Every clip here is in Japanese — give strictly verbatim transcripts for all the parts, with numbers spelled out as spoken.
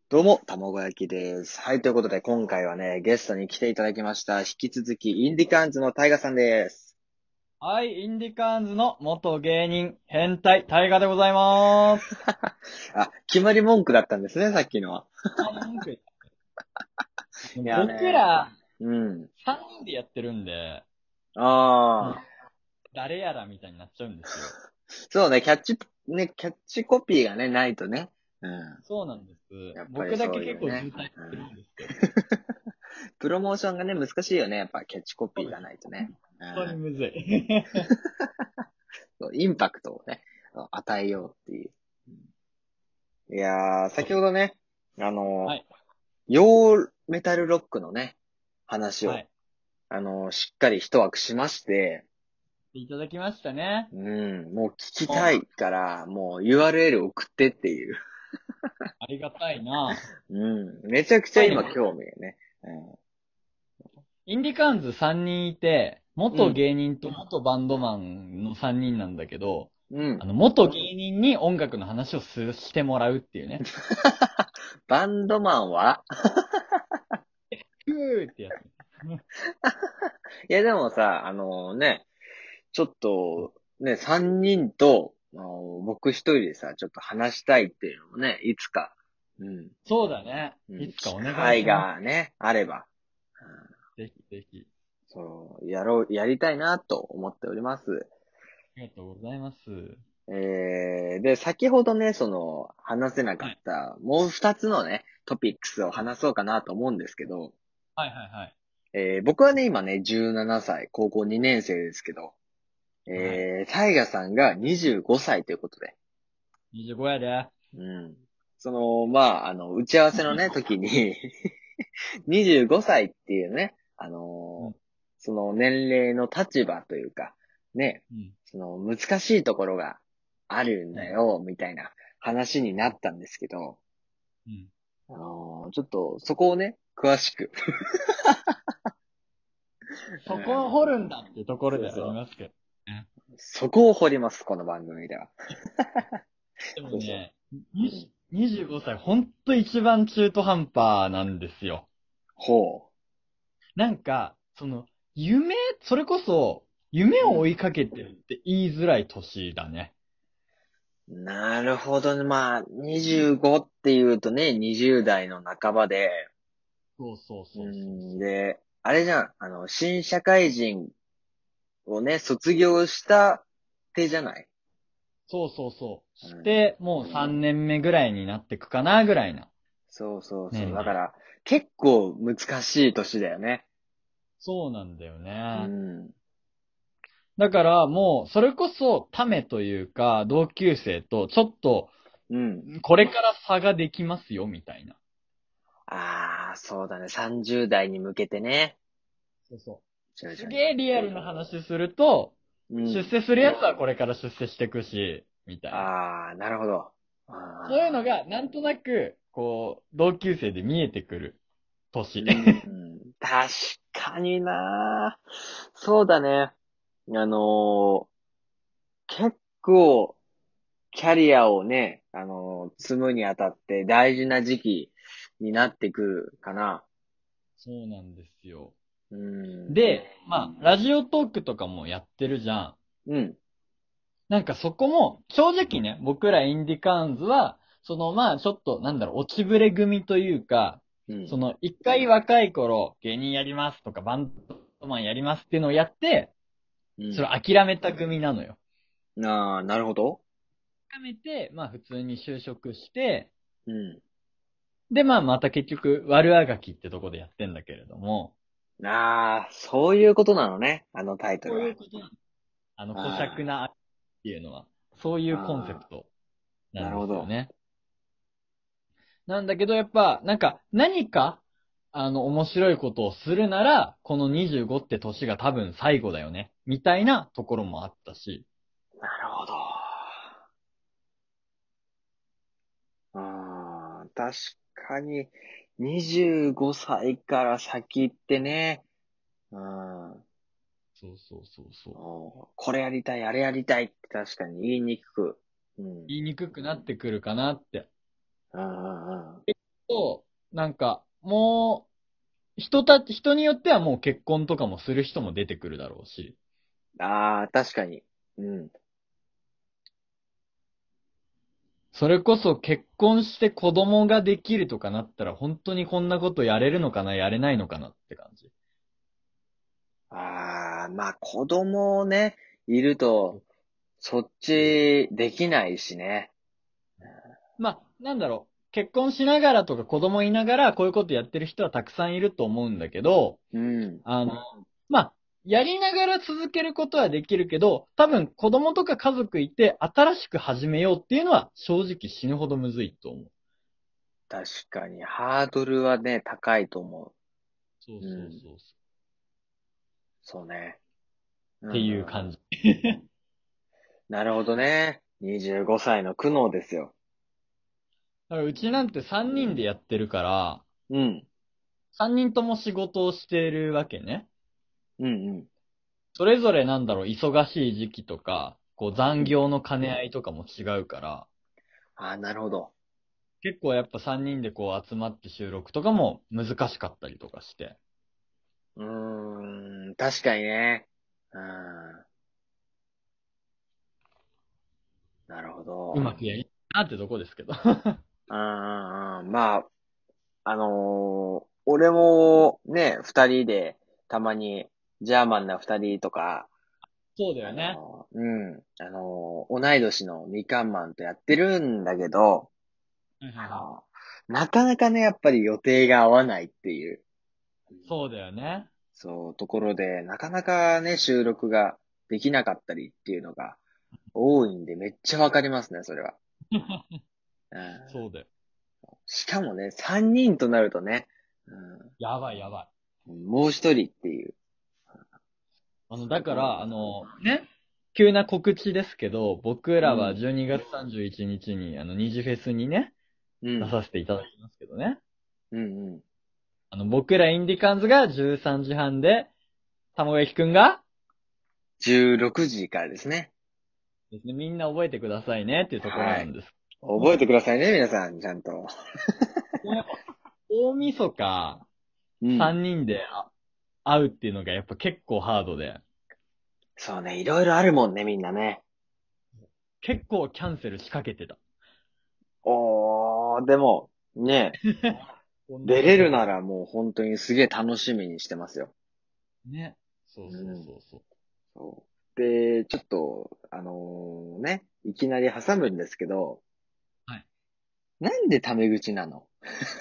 どうも、卵焼きです。はい、ということで今回はね、ゲストに来ていただきました。引き続き、インディカーンズのタイガさんです。 はい、インディカーンズの元芸人、変態、タイガでございます。 あ、決まり文句だったんですね、さっきのは。 あの文句いやね、 僕らうん。 さんにんでやってるんで、もうああ、 誰やらみたいになっちゃうんですよ。 そうね、キャッチ、ね、キャッチコピーがね、ないとね。うん。 そうなんです。 やっぱり僕だけ結構そういうね。 渋滞してるうん。 んですけど。 プロモーションがね、難しいよね。やっぱキャッチコピーがそうです。 ないとね。う本当にん。 むずい。 そうインパクトをね、与えようっていう。いやー、 そう。 先ほどね、あのはい。 ヨーメタルロックのね、話を、 はい。 あの、しっかり一枠しまして、 いただきましたね。 うん、もう聞きたもう、 いから、もう ユーアールエル 送ってっていう。 ありがたいな。 うん、めちゃくちゃ今やっぱりね、 興味ね。 インディカーンズさんにんいて、 うん、 元芸人と元バンドマンのさんにんなんだけど、 うん、うん。 あの、元芸人に音楽の話をすしてもらうっていうね。 バンドマンはふーってやつ。 いやでもさ、あのね、ちょっと、ね、三人と、あの僕一人でさ、ちょっと話したいっていうのもね、いつか、うん、 そうだね。 うん、 いつかお願い機会します。 がね、あれば、 ぜひぜひ。 そう、やろう、やりたいなと思っております。 ありがとうございます。 えー、で、先ほどね、その、話せなかはい。 ったもう二つのね、トピックスを話そうかなと思うんですけど、 はいはいはい。 えー、僕はね、今ね、じゅうななさい、高校にねん生ですけど、 はい。 えー、タイガさんがにじゅうごさいということで、 にじゅうごやで。 うん。その、まあ、あの、打ち合わせのね、時ににじゅうごさいっていうね、あのーうん。 その年齢の立場というか、ね、 うん。 その難しいところがあるんうん。 だよ、みたいな話になったんですけど、 うん。 あのーちょっとそこをね、詳しく、うそこをん、 掘るんだっていうところであそうそう、 りますけどね。 そこを掘ります、この番組では。 でもそうそね、 う。うん、 ににじゅうごさい、ほんと一番中途半端なんですよ。 ほなんか、その、夢、それこそ、夢う。うん。 を追いかけてるって言いづらい年だね。 なるほどね。まあ、にじゅうごっていうとね、にじゅう代の半ばで、 そうそううそうそうん、 そう。 で、あれじゃん、あの、新社会人をね、卒業したてじゃない？ そうそうそう。 うん。 して、もうさんねんめぐらいになってくかな、ぐらいなそうそうそう。 年齢。 だから、結構難しい年だよね。 そうなんだようね。 ん。 だからもう、それこそ、ためというか、同級生と、ちょっと、 うん。 これから差ができますよ、みたいな。 ああ、そうだね。さんじゅう代に向けてね。 そうそう。す徐々に。 げえリアルな話すると、 うん。 出世するやつはこれから出世していくし、みたいな。 ああ、なるほど。 そういうああ、 のが、なんとなく、こう、同級生で見えてくる年。 うん。確かにな。そうだね。あのー結構、キャリアをね、あのー積むにあたって大事な時期になってくるかな。 そうなんですよ。 うん。 で、まあ、ラジオトークとかもやってるじゃん。 うん。 なんかそこも、正直ね、僕らインディカーンズは、そのまあちょっと、なんだろう、落ちぶれ組というか、 うん。 その一回若い頃、芸人やりますとか、バンドマンやりますっていうのをやって、それうん。 を諦めた組なのよ。 ああ、なるほど。 諦めて、まあ普通に就職して、 うん。 でまあまた結局、悪あがきってとこでやってんだけれども、 ああ、そういうことなのね。あのタイトそういルは。 うことなの。あの、小尺あなっていうのは、そういあ、 うコンセああ、 プトなんなるほど。 ですよね。なんだけど、やっぱ、なんか、何か、あの、面白いことをするなら、このにじゅうごって年が多分最後だよね。みたいなところもあったし。 なるほど。ああ、確かに、にじゅうごさいから先ってね、うん。 そうそうそうそう。 おこれやりたい、あれやりたいって確かに言いにくく。うん。 言いにくくなってくるかなって。 うんうんうん。 と、なんか、もう、人たち、人によってはもう結婚とかもする人も出てくるだろうし。 ああ、確かに。うん。 それこそ結婚して子供ができるとかなったら本当にこんなことやれるのかな、やれないのかなって感じ。 ああ、まあ子供ね、いると、そっちできないしね。 まあ、なんだろう。結婚しながらとか子供いながらこういうことやってる人はたくさんいると思うんだけど、 うん。 あの、まあ、やりながら続けることはできるけど、多分子供とか家族いて新しく始めようっていうのは正直死ぬほどむずいと思う。 確かに、ハードルはね、高いと思そうう。うそうん。 そうそう。 そうね。うっていうん。 感じ。 なるほどね。にじゅうごさいの苦悩ですよ。 だからうちなんてさんにんでやってるから、 うん。 さんにんとも仕事をしてるわけね。 うんそれぞれなんだろう、忙しい時期とか、こう残うん。 業の兼ね合いとかも違うから、 ああ、なるほど。 結構やっぱさんにんでこう集まって収録とかも難しかったりとかして、 うーん、確かにね。うん。なるほど。 うまくやりなってとこですけど。 うんうんうん。まあ、あのー俺もね、二人で、たまに、ジャーマンな二人とか、 そうだあよね。 のーうん、あのー同い年のみかんマンとやってるんだけど、 はいはいはい。 あのーなかなかね、やっぱり予定が合わないっていう、 そうだよね。 そう、ところで、なかなかね、収録ができなかったりっていうのが多いんで、めっちゃわかりますね、それは。うん、 そうだよ。 しかもね、三人となるとね、 やばいやばい。 うん、もう一人っていう。 あの、だから、あの、ね、急な告知ですけど、僕らはうん、 じゅうにがつさんじゅういちにちにちに、あの、二次フェスにね、 うん、 出させていただきますけどね。 うん、うん。 あの、僕らインディカンズがじゅうさんじはんで、たもがきくんがじゅうろくじからですね。 ですね、みんな覚えてくださいねっていうところはい。 なんです。 覚えてくださいね、皆さん、ちゃんと。 もうやっぱ、大晦日、 うん。 さんにんであ会うっていうのがやっぱ結構ハードで、 そうね、いろいろあるもんね、みんなね。 結構キャンセル仕掛けてた。 おー、でも、ね、 こんな出れるなことが。 らもう本当にすげえ楽しみにしてますよ。 ね。そうそううん。 そうそう。 そう。で、ちょっと、あのーね、いきなり挟むんですけど、 はい。 なんでタメ口なの？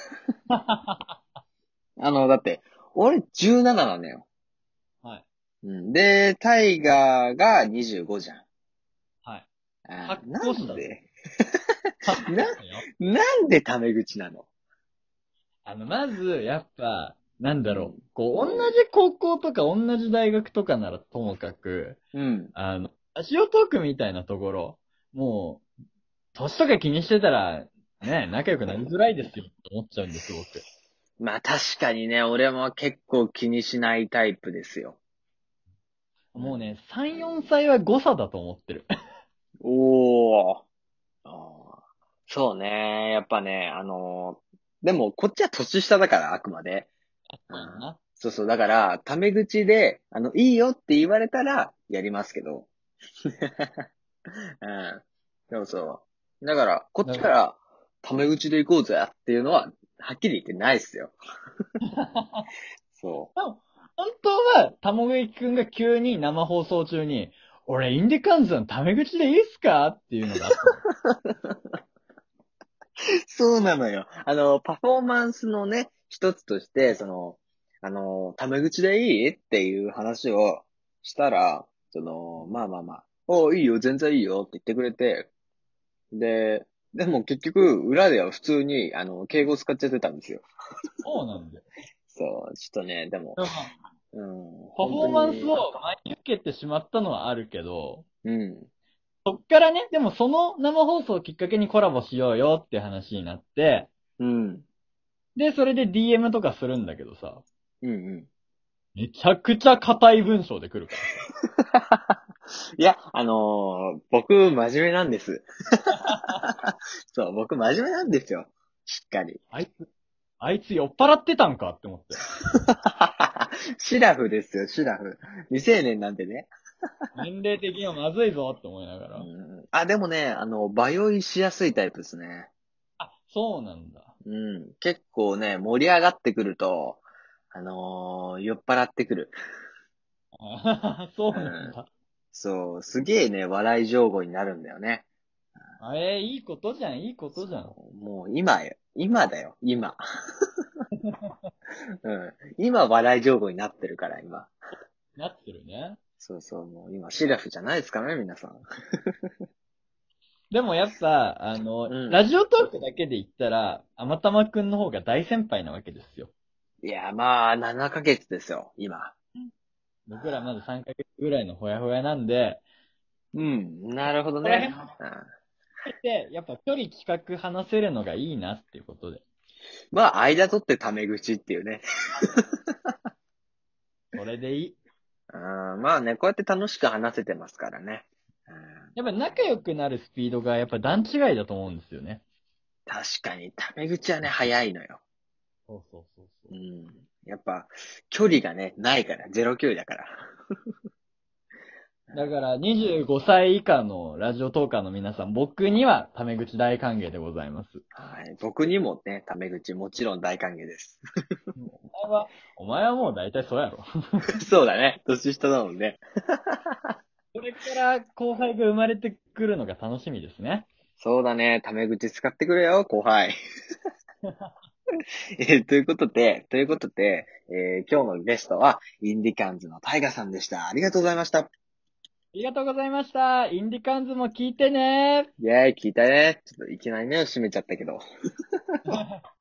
あの、だって、俺じゅうなななのよ。 はい。 うん。で、タイガーがにじゅうごじゃん。 はい。 あー、な発行した。 んで発な、 行したよ。 なんでタメ口なの？ あの、まず、やっぱ、なんうん。 だろう。こう、同じ高校とか同じ大学とかならともかく、 うん。 あの、ラジオトークみたいなところ、もう、年とか気にしてたら、ね、仲良くなりづらいですよ、と思っちゃうんです、僕。 まあ確かにね、俺も結構気にしないタイプですよ。うん。 もうね、さん、よんさいは誤差だと思ってる。 おー。あー、そうね。やっぱね、あのーでもこっちは年下だから、あくまで。うん、 そうやな。 そうそう。だから、タメ口で、あの、いいよって言われたら、やりますけど。うん。でもそう。だから、こっちだから、タメ口で行こうぜっていうのは、はっきり言ってないっすよ。そでも本当は、たもぐいくんが急に生放送中に、俺、インディカンズのタメ口でいいっすかっていうのがあったの。 う。そうなのよ。あの、パフォーマンスのね、一つとして、その、あの、タメ口でいいっていう話をしたら、その、まあまあまあ、おういいよ、全然いいよって言ってくれて、で、でも結局、裏では普通に、あの、敬語使っちゃってたんですよ。 そうなんだよ。 そう、ちょっとね、でも、 でもまあうん、 パ本フォーマンス当に、 を前に受けてしまったのはあるけど、 うん、 そっからね、でもその生放送をきっかけにコラボしようよって話になって、 うん、 で、それで ディーエム とかするんだけどさ、 うん、うん。 めちゃくちゃ硬い文章で来るからさ。 いや、あのー僕、真面目なんです。そう、僕、真面目なんですよ。しっかり。 あいつ、 あいつ酔っ払ってたんかって思って。 シラフですよ、シラフ。未成年なんでね。 年齢的にはまずいぞって思いながうら。 ん、あ、でもね、あの、場酔いしやすいタイプですね。 あ、そうなんだ。 うん。結構ね、盛り上がってくると、あのー酔っ払ってくる。 あそううん。 なんだ。 そう、すげえね、笑い上手になるんだよね。 あえー、いいことじゃん、いいことじゃん。 そう、もう今よ。今だよ、今。うん。今笑い上手になってるから、今。 なってるね。 そうそう、もう今、シラフじゃないですからね、皆さん。 でもやっぱ、あの、 うん。 ラジオトークだけで言ったら、あまたまくんの方が大先輩なわけですよ。 いや、まあ、ななかげつですよ、今。 僕らまださんかげつぐらいのほやほやなんで、 うん、なるほどね。 ここら辺で、やっぱ距離企画話せるのがいいなっていうことで。 まあ、間取ってタメ口っていうね。 それでいい。 うん、まあね、こうやって楽しく話せてますからね。うん、 やっぱ仲良くなるスピードがやっぱ段違いだと思うんですよね。 確かに、タメ口はね、早いのよ。 そうそうそうそう。 うん。やっぱ、距離がね、ないから、ゼロ距離だから。 だからにじゅうごさい以下のラジオトーカーの皆さん、僕にはタメ口大歓迎でございます。 はい。僕にもね、タメ口もちろん大歓迎です。 お前は、お前はもう大体そうやろ。 そうだね。年下だもんね。 これから後輩が生まれてくるのが楽しみですね。 そうだね。タメ口使ってくれよ、後輩。えーということで、ということで、えー今日のゲストは、インディカンズのタイガさんでした。ありがとうございました。 ありがとうございました。インディカンズも聞いてねイェーイ、聞いたね。ちょっといきなり目を閉めちゃったけど。